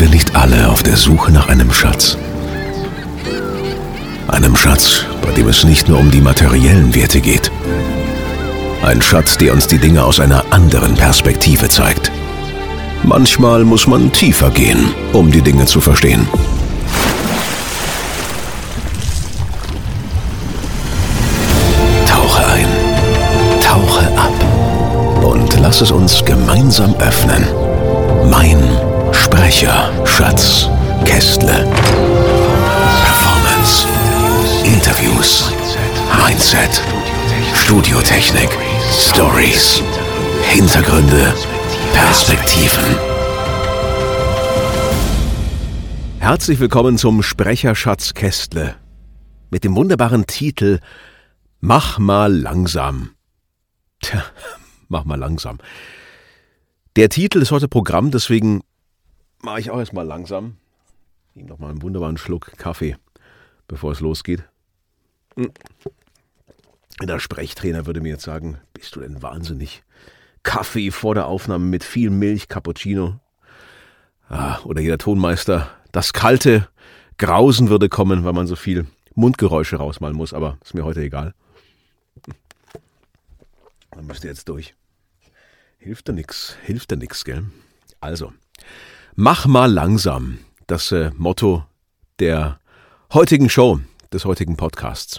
wir nicht alle auf der Suche nach einem Schatz? Einem Schatz, bei dem es nicht nur um die materiellen Werte geht. Ein Schatz, der uns die Dinge aus einer anderen Perspektive zeigt. Manchmal muss man tiefer gehen, um die Dinge zu verstehen. Tauche ein, tauche ab und lass es uns gemeinsam öffnen. Mein Sprecher-Schatz-Kästle. Performance, Interviews, Mindset, Studiotechnik, Stories, Hintergründe, Perspektiven. Herzlich willkommen zum Sprecher-Schatz-Kästle mit dem wunderbaren Titel Mach mal langsam. Tja, mach mal langsam. Der Titel ist heute Programm, deswegen mache ich auch erstmal langsam. Ich nehme noch mal einen wunderbaren Schluck Kaffee, bevor es losgeht. Der Sprechtrainer würde mir jetzt sagen, bist du denn wahnsinnig? Kaffee vor der Aufnahme mit viel Milch, Cappuccino. Oder jeder Tonmeister, das kalte Grausen würde kommen, weil man so viel Mundgeräusche rausmalen muss, aber ist mir heute egal. Dann müsst ihr jetzt durch. Hilft ja nix, gell? Also, mach mal langsam, das Motto der heutigen Show, des heutigen Podcasts.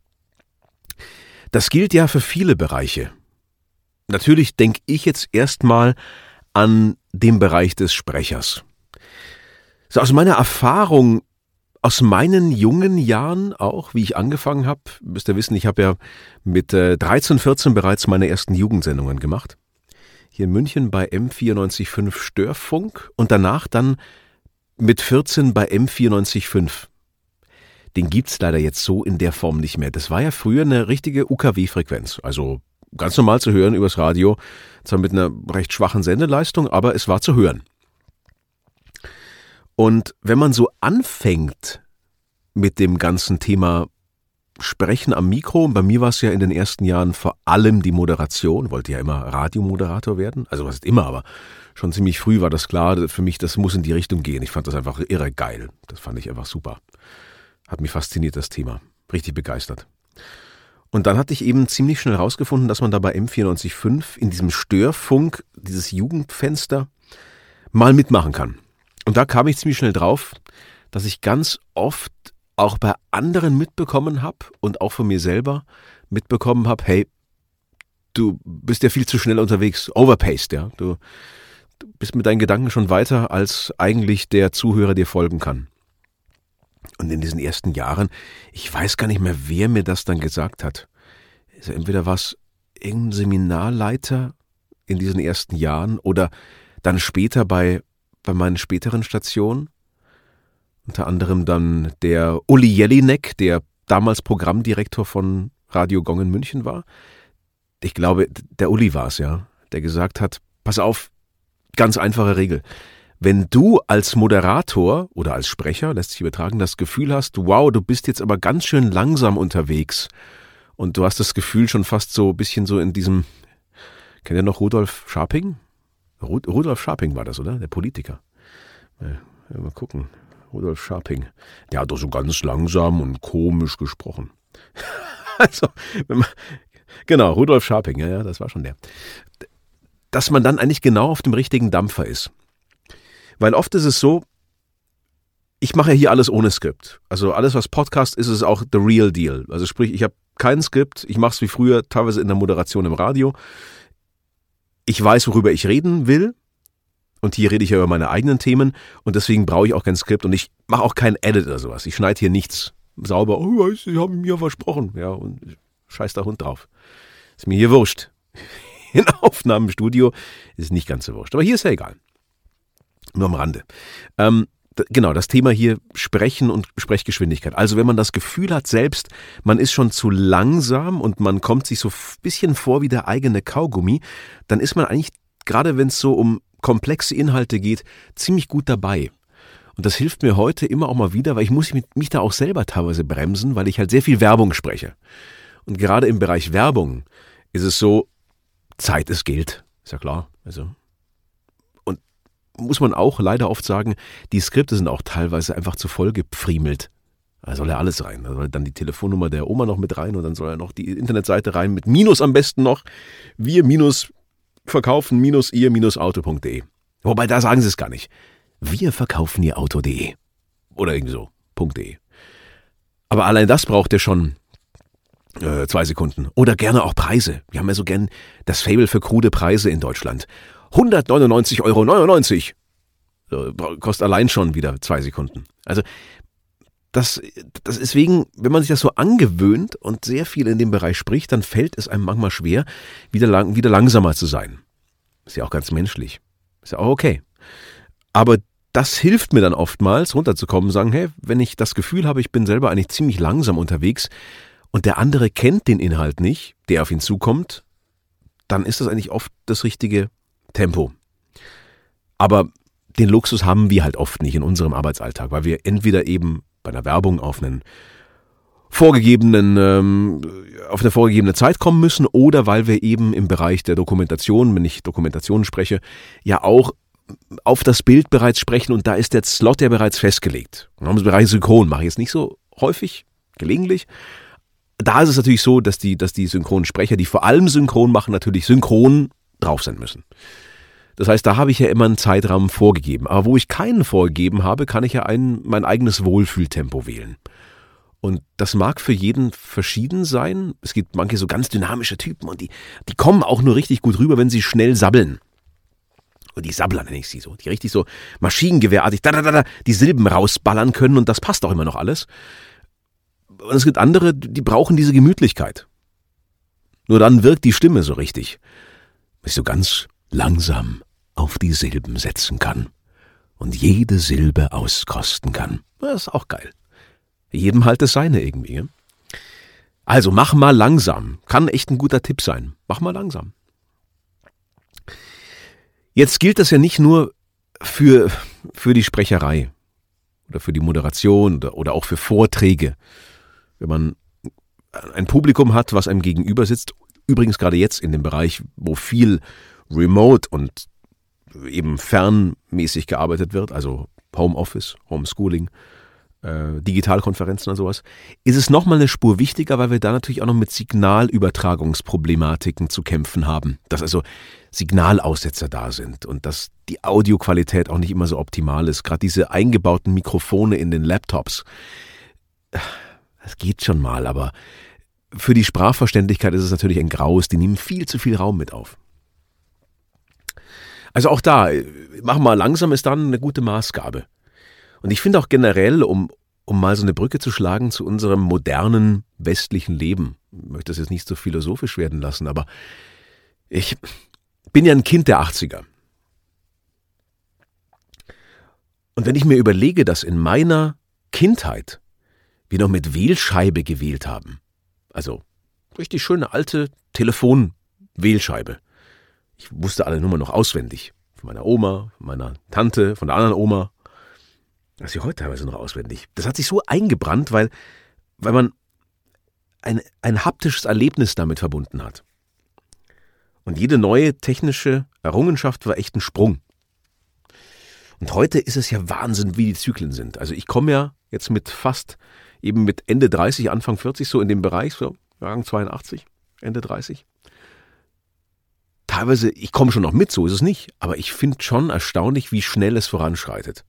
Das gilt ja für viele Bereiche. Natürlich denke ich jetzt erstmal an den Bereich des Sprechers. So aus meiner Erfahrung, aus meinen jungen Jahren auch, wie ich angefangen habe, müsst ihr wissen, ich habe ja mit 13, 14 bereits meine ersten Jugendsendungen gemacht. Hier in München bei M94.5 Störfunk und danach dann mit 14 bei M94.5. Den gibt's leider jetzt so in der Form nicht mehr. Das war ja früher eine richtige UKW-Frequenz, also ganz normal zu hören übers Radio, zwar mit einer recht schwachen Sendeleistung, aber es war zu hören. Und wenn man so anfängt mit dem ganzen Thema Sprechen am Mikro, und bei mir war es ja in den ersten Jahren vor allem die Moderation, wollte ja immer Radiomoderator werden, also was ist immer, aber schon ziemlich früh war das klar, für mich, das muss in die Richtung gehen. Ich fand das einfach irre geil, das fand ich einfach super. Hat mich fasziniert, das Thema, richtig begeistert. Und dann hatte ich eben ziemlich schnell rausgefunden, dass man da bei M94.5 in diesem Störfunk, dieses Jugendfenster, mal mitmachen kann. Und da kam ich ziemlich schnell drauf, dass ich ganz oft auch bei anderen mitbekommen habe und auch von mir selber mitbekommen habe, hey, du bist ja viel zu schnell unterwegs, overpaced, ja. Du bist mit deinen Gedanken schon weiter, als eigentlich der Zuhörer dir folgen kann. Und in diesen ersten Jahren, ich weiß gar nicht mehr, wer mir das dann gesagt hat. Also entweder war es irgendein Seminarleiter in diesen ersten Jahren oder dann später bei meinen späteren Stationen. Unter anderem dann der Uli Jelinek, der damals Programmdirektor von Radio Gong in München war. Ich glaube, der Uli war es, ja, der gesagt hat, pass auf, ganz einfache Regel. Wenn du als Moderator oder als Sprecher, lässt sich übertragen, das Gefühl hast, wow, du bist jetzt aber ganz schön langsam unterwegs und du hast das Gefühl schon fast so ein bisschen so in diesem, kennt ihr noch Rudolf Scharping? Rudolf Scharping war das, oder? Der Politiker. Mal gucken. Rudolf Scharping. Der hat doch so ganz langsam und komisch gesprochen. Also, genau, Rudolf Scharping, ja, das war schon der. Dass man dann eigentlich genau auf dem richtigen Dampfer ist. Weil oft ist es so, ich mache ja hier alles ohne Skript. Also alles, was Podcast ist, ist auch the real deal. Also sprich, ich habe kein Skript, ich mache es wie früher, teilweise in der Moderation im Radio. Ich weiß, worüber ich reden will. Und hier rede ich ja über meine eigenen Themen und deswegen brauche ich auch kein Skript und ich mache auch kein Edit oder sowas. Ich schneide hier nichts sauber. Oh, Sie haben mir versprochen. Ja, und scheiß der Hund drauf. Ist mir hier wurscht. In Aufnahmen im Studio ist es nicht ganz so wurscht. Aber hier ist ja egal. Nur am Rande. Genau, das Thema hier Sprechen und Sprechgeschwindigkeit. Also wenn man das Gefühl hat selbst, man ist schon zu langsam und man kommt sich so ein bisschen vor wie der eigene Kaugummi, dann ist man eigentlich, gerade wenn es so um komplexe Inhalte geht, ziemlich gut dabei. Und das hilft mir heute immer auch mal wieder, weil ich muss mich da auch selber teilweise bremsen, weil ich halt sehr viel Werbung spreche. Und gerade im Bereich Werbung ist es so, Zeit ist Geld, ist ja klar. Also, und muss man auch leider oft sagen, die Skripte sind auch teilweise einfach zu voll gepfriemelt. Da soll ja alles rein. Da soll dann die Telefonnummer der Oma noch mit rein und dann soll ja noch die Internetseite rein mit Minus am besten noch. Wir minus verkaufen minus ihr minus Auto.de. Wobei, da sagen sie es gar nicht. Wir verkaufen ihr Auto.de. Oder irgendwie so. .de. Aber allein das braucht ja schon 2 Sekunden. Oder gerne auch Preise. Wir haben ja so gern das Faible für krude Preise in Deutschland. 199,99 €. Kostet allein schon wieder 2 Sekunden. Also das ist deswegen, wenn man sich das so angewöhnt und sehr viel in dem Bereich spricht, dann fällt es einem manchmal schwer, wieder langsamer zu sein. Ist ja auch ganz menschlich. Ist ja auch okay. Aber das hilft mir dann oftmals, runterzukommen und sagen, hey, wenn ich das Gefühl habe, ich bin selber eigentlich ziemlich langsam unterwegs und der andere kennt den Inhalt nicht, der auf ihn zukommt, dann ist das eigentlich oft das richtige Tempo. Aber den Luxus haben wir halt oft nicht in unserem Arbeitsalltag, weil wir entweder eben bei einer Werbung auf eine vorgegebene Zeit kommen müssen oder weil wir eben im Bereich der Dokumentation, wenn ich Dokumentation spreche, ja auch auf das Bild bereits sprechen und da ist der Slot ja bereits festgelegt. Im Bereich Synchron mache ich jetzt nicht so häufig, gelegentlich. Da ist es natürlich so, dass die Synchronsprecher, die vor allem synchron machen, natürlich synchron drauf sein müssen. Das heißt, da habe ich ja immer einen Zeitrahmen vorgegeben. Aber wo ich keinen vorgegeben habe, kann ich ja mein eigenes Wohlfühltempo wählen. Und das mag für jeden verschieden sein. Es gibt manche so ganz dynamische Typen und die kommen auch nur richtig gut rüber, wenn sie schnell sabbeln. Und die Sabbler nenne ich sie so, die richtig so maschinengewehrartig die Silben rausballern können und das passt auch immer noch alles. Und es gibt andere, die brauchen diese Gemütlichkeit. Nur dann wirkt die Stimme so richtig. Wenn ich so ganz langsam auf die Silben setzen kann und jede Silbe auskosten kann. Das ist auch geil. Jedem halt das Seine irgendwie. Also mach mal langsam. Kann echt ein guter Tipp sein. Mach mal langsam. Jetzt gilt das ja nicht nur für die Sprecherei oder für die Moderation oder auch für Vorträge. Wenn man ein Publikum hat, was einem gegenüber sitzt, übrigens gerade jetzt in dem Bereich, wo viel Remote und eben fernmäßig gearbeitet wird, also Homeoffice, Homeschooling, Digitalkonferenzen und sowas, ist es nochmal eine Spur wichtiger, weil wir da natürlich auch noch mit Signalübertragungsproblematiken zu kämpfen haben. Dass also Signalaussetzer da sind und dass die Audioqualität auch nicht immer so optimal ist. Gerade diese eingebauten Mikrofone in den Laptops, das geht schon mal, aber für die Sprachverständlichkeit ist es natürlich ein Graus. Die nehmen viel zu viel Raum mit auf. Also auch da, mach mal langsam ist dann eine gute Maßgabe. Und ich finde auch generell, um mal so eine Brücke zu schlagen zu unserem modernen westlichen Leben, ich möchte das jetzt nicht so philosophisch werden lassen, aber ich bin ja ein Kind der 80er. Und wenn ich mir überlege, dass in meiner Kindheit wir noch mit Wählscheibe gewählt haben, also richtig schöne alte Telefonwählscheibe. Ich wusste alle Nummern noch auswendig. Von meiner Oma, von meiner Tante, von der anderen Oma. Das ist ja heute teilweise noch auswendig. Das hat sich so eingebrannt, weil man ein haptisches Erlebnis damit verbunden hat. Und jede neue technische Errungenschaft war echt ein Sprung. Und heute ist es ja Wahnsinn, wie die Zyklen sind. Also ich komme ja jetzt mit Ende 30, Anfang 40, so in dem Bereich, so Jahrgang 82, Ende 30. Teilweise, ich komme schon noch mit, so ist es nicht. Aber ich finde schon erstaunlich, wie schnell es voranschreitet.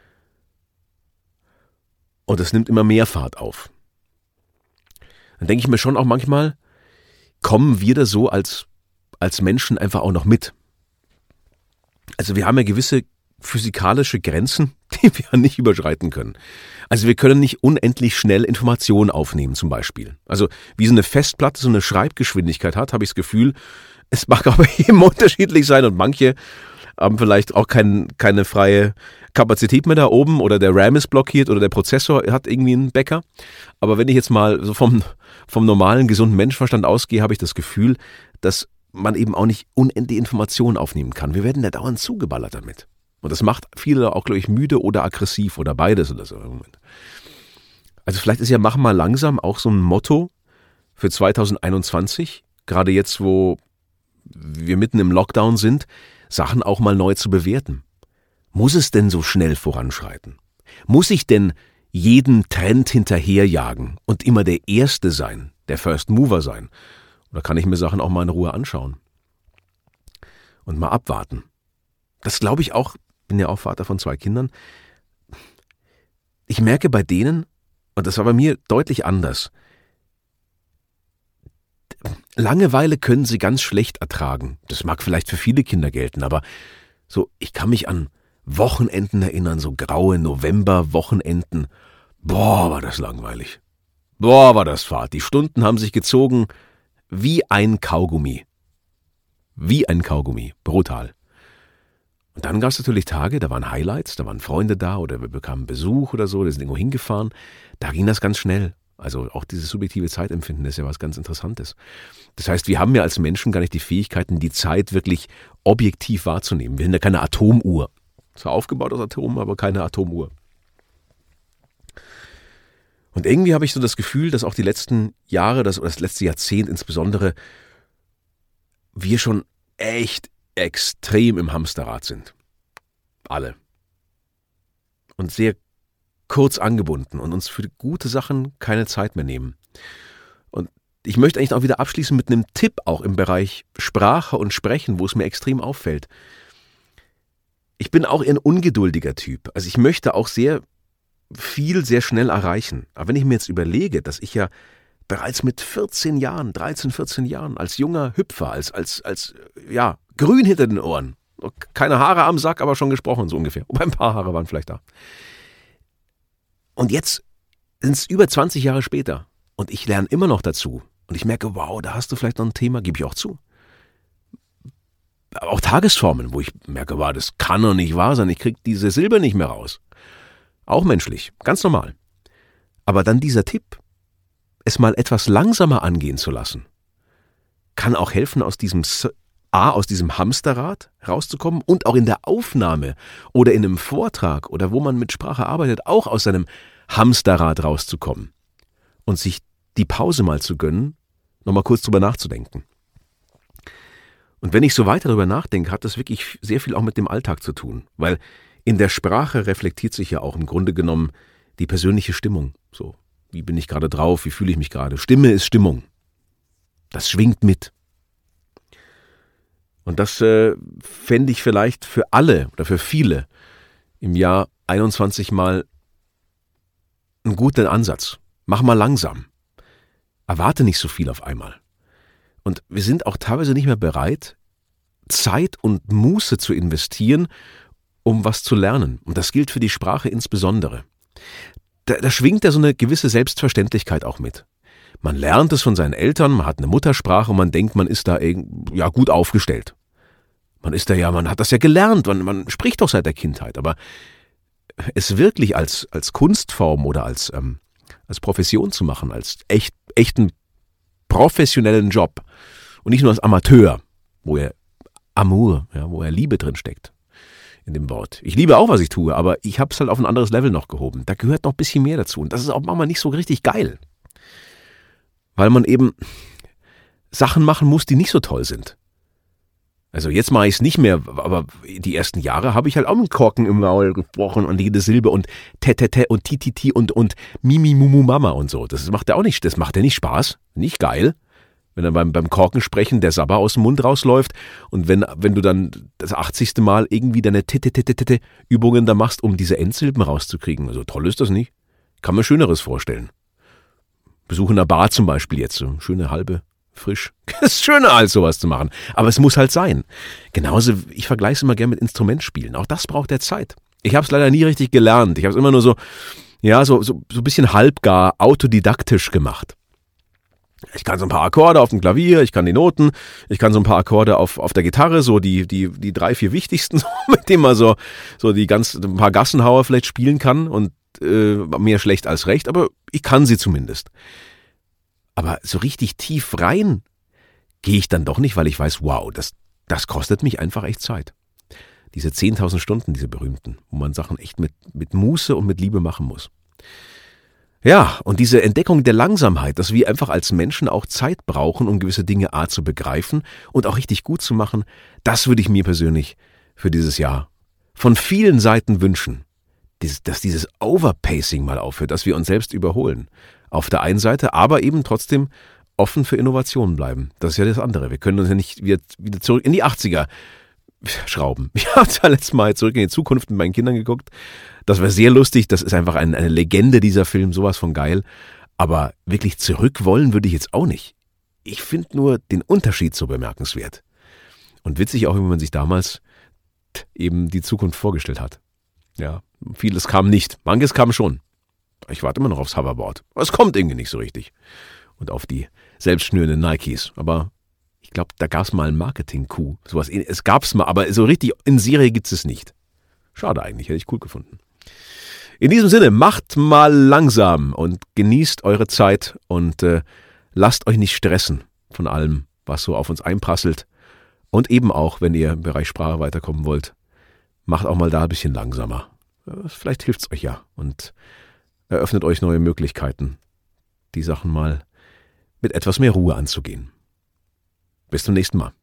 Und es nimmt immer mehr Fahrt auf. Dann denke ich mir schon auch manchmal, kommen wir da so als Menschen einfach auch noch mit. Also wir haben ja gewisse physikalische Grenzen, die wir nicht überschreiten können. Also wir können nicht unendlich schnell Informationen aufnehmen zum Beispiel. Also wie so eine Festplatte so eine Schreibgeschwindigkeit hat, habe ich das Gefühl, es mag aber eben unterschiedlich sein und manche haben vielleicht auch keine freie Kapazität mehr da oben oder der RAM ist blockiert oder der Prozessor hat irgendwie einen Bäcker. Aber wenn ich jetzt mal so vom normalen, gesunden Menschenverstand ausgehe, habe ich das Gefühl, dass man eben auch nicht unendlich Informationen aufnehmen kann. Wir werden da dauernd zugeballert damit. Und das macht viele auch, glaube ich, müde oder aggressiv oder beides oder so. Also vielleicht ist ja mach mal langsam auch so ein Motto für 2021, gerade jetzt, wo wir mitten im Lockdown sind, Sachen auch mal neu zu bewerten. Muss es denn so schnell voranschreiten? Muss ich denn jeden Trend hinterherjagen und immer der Erste sein, der First Mover sein? Oder kann ich mir Sachen auch mal in Ruhe anschauen und mal abwarten? Das glaube ich auch, bin ja auch Vater von 2 Kindern. Ich merke bei denen, und das war bei mir deutlich anders, Langeweile können sie ganz schlecht ertragen. Das mag vielleicht für viele Kinder gelten, aber so, ich kann mich an Wochenenden erinnern, so graue November-Wochenenden. Boah, war das langweilig. Boah, war das fad. Die Stunden haben sich gezogen wie ein Kaugummi. Wie ein Kaugummi. Brutal. Und dann gab es natürlich Tage, da waren Highlights, da waren Freunde da oder wir bekamen Besuch oder so, wir sind irgendwo hingefahren. Da ging das ganz schnell. Also auch dieses subjektive Zeitempfinden ist ja was ganz Interessantes. Das heißt, wir haben ja als Menschen gar nicht die Fähigkeiten, die Zeit wirklich objektiv wahrzunehmen. Wir sind ja keine Atomuhr. Zwar aufgebaut aus Atomen, aber keine Atomuhr. Und irgendwie habe ich so das Gefühl, dass auch die letzten Jahre, das letzte Jahrzehnt insbesondere, wir schon echt extrem im Hamsterrad sind. Alle. Und sehr kurz angebunden und uns für gute Sachen keine Zeit mehr nehmen. Und ich möchte eigentlich auch wieder abschließen mit einem Tipp auch im Bereich Sprache und Sprechen, wo es mir extrem auffällt. Ich bin auch eher ein ungeduldiger Typ. Also ich möchte auch sehr viel, sehr schnell erreichen. Aber wenn ich mir jetzt überlege, dass ich ja bereits mit 13, 14 Jahren als junger Hüpfer, als grün hinter den Ohren, keine Haare am Sack, aber schon gesprochen so ungefähr. Wobei ein paar Haare waren vielleicht da. Und jetzt sind es über 20 Jahre später und ich lerne immer noch dazu. Und ich merke, wow, da hast du vielleicht noch ein Thema, gebe ich auch zu. Auch Tagesformen, wo ich merke, wow, das kann doch nicht wahr sein, ich kriege diese Silbe nicht mehr raus. Auch menschlich, ganz normal. Aber dann dieser Tipp, es mal etwas langsamer angehen zu lassen, kann auch helfen, aus diesem Hamsterrad rauszukommen und auch in der Aufnahme oder in einem Vortrag oder wo man mit Sprache arbeitet, auch aus seinem Hamsterrad rauszukommen und sich die Pause mal zu gönnen, nochmal kurz drüber nachzudenken. Und wenn ich so weiter darüber nachdenke, hat das wirklich sehr viel auch mit dem Alltag zu tun, weil in der Sprache reflektiert sich ja auch im Grunde genommen die persönliche Stimmung. So, wie bin ich gerade drauf, wie fühle ich mich gerade? Stimme ist Stimmung. Das schwingt mit. Und das fände ich vielleicht für alle oder für viele im Jahr 21 mal einen guten Ansatz. Mach mal langsam. Erwarte nicht so viel auf einmal. Und wir sind auch teilweise nicht mehr bereit, Zeit und Muße zu investieren, um was zu lernen. Und das gilt für die Sprache insbesondere. Da schwingt ja so eine gewisse Selbstverständlichkeit auch mit. Man lernt es von seinen Eltern, man hat eine Muttersprache und man denkt, man ist da gut aufgestellt. Man hat das ja gelernt, man spricht doch seit der Kindheit. Aber es wirklich als Kunstform oder als Profession zu machen, als echten professionellen Job und nicht nur als Amateur, wo ja Liebe drin steckt in dem Wort. Ich liebe auch, was ich tue, aber ich habe es halt auf ein anderes Level noch gehoben. Da gehört noch ein bisschen mehr dazu und das ist auch manchmal nicht so richtig geil. Weil man eben Sachen machen muss, die nicht so toll sind. Also jetzt mache ich es nicht mehr, aber die ersten Jahre habe ich halt auch mit Korken im Maul gesprochen und jede Silbe und Tete und Tititi und Mimi Mumu Mama und so. Das macht ja nicht Spaß, nicht geil. Wenn dann beim Korkensprechen der Sabber aus dem Mund rausläuft und wenn du dann das 80. Mal irgendwie deine Übungen da machst, um diese Endsilben rauszukriegen. Also toll ist das nicht. Kann mir Schöneres vorstellen. Besuch in einer Bar zum Beispiel jetzt, so schöne halbe, frisch. Das ist schöner als sowas zu machen. Aber es muss halt sein. Genauso, ich vergleiche es immer gerne mit Instrumentspielen. Auch das braucht ja Zeit. Ich habe es leider nie richtig gelernt. Ich habe es immer nur so ein bisschen halbgar autodidaktisch gemacht. Ich kann so ein paar Akkorde auf dem Klavier, ich kann die Noten, ich kann so ein paar Akkorde auf der Gitarre, so die 3, 4 wichtigsten, mit denen man so ein paar Gassenhauer vielleicht spielen kann und mehr schlecht als recht, aber ich kann sie zumindest. Aber so richtig tief rein gehe ich dann doch nicht, weil ich weiß, wow, das kostet mich einfach echt Zeit. Diese 10.000 Stunden, diese berühmten, wo man Sachen echt mit Muße und mit Liebe machen muss. Ja, und diese Entdeckung der Langsamkeit, dass wir einfach als Menschen auch Zeit brauchen, um gewisse Dinge zu begreifen und auch richtig gut zu machen, das würde ich mir persönlich für dieses Jahr von vielen Seiten wünschen, dass dieses Overpacing mal aufhört, dass wir uns selbst überholen. Auf der einen Seite, aber eben trotzdem offen für Innovationen bleiben. Das ist ja das andere. Wir können uns ja nicht wieder zurück in die 80er schrauben. Ich habe da letztes Mal Zurück in die Zukunft mit meinen Kindern geguckt. Das war sehr lustig. Das ist einfach eine Legende, dieser Film. Sowas von geil. Aber wirklich zurück wollen würde ich jetzt auch nicht. Ich finde nur den Unterschied so bemerkenswert. Und witzig auch, wie man sich damals eben die Zukunft vorgestellt hat. Ja, vieles kam nicht. Manches kam schon. Ich warte immer noch aufs Hoverboard. Aber es kommt irgendwie nicht so richtig. Und auf die selbstschnürenden Nikes. Aber ich glaube, da gab es mal einen Marketing-Coup. Sowas, es gab es mal, aber so richtig in Serie gibt es nicht. Schade eigentlich, hätte ich cool gefunden. In diesem Sinne, macht mal langsam und genießt eure Zeit und lasst euch nicht stressen von allem, was so auf uns einprasselt. Und eben auch, wenn ihr im Bereich Sprache weiterkommen wollt, macht auch mal da ein bisschen langsamer. Vielleicht hilft es euch ja und eröffnet euch neue Möglichkeiten, die Sachen mal mit etwas mehr Ruhe anzugehen. Bis zum nächsten Mal.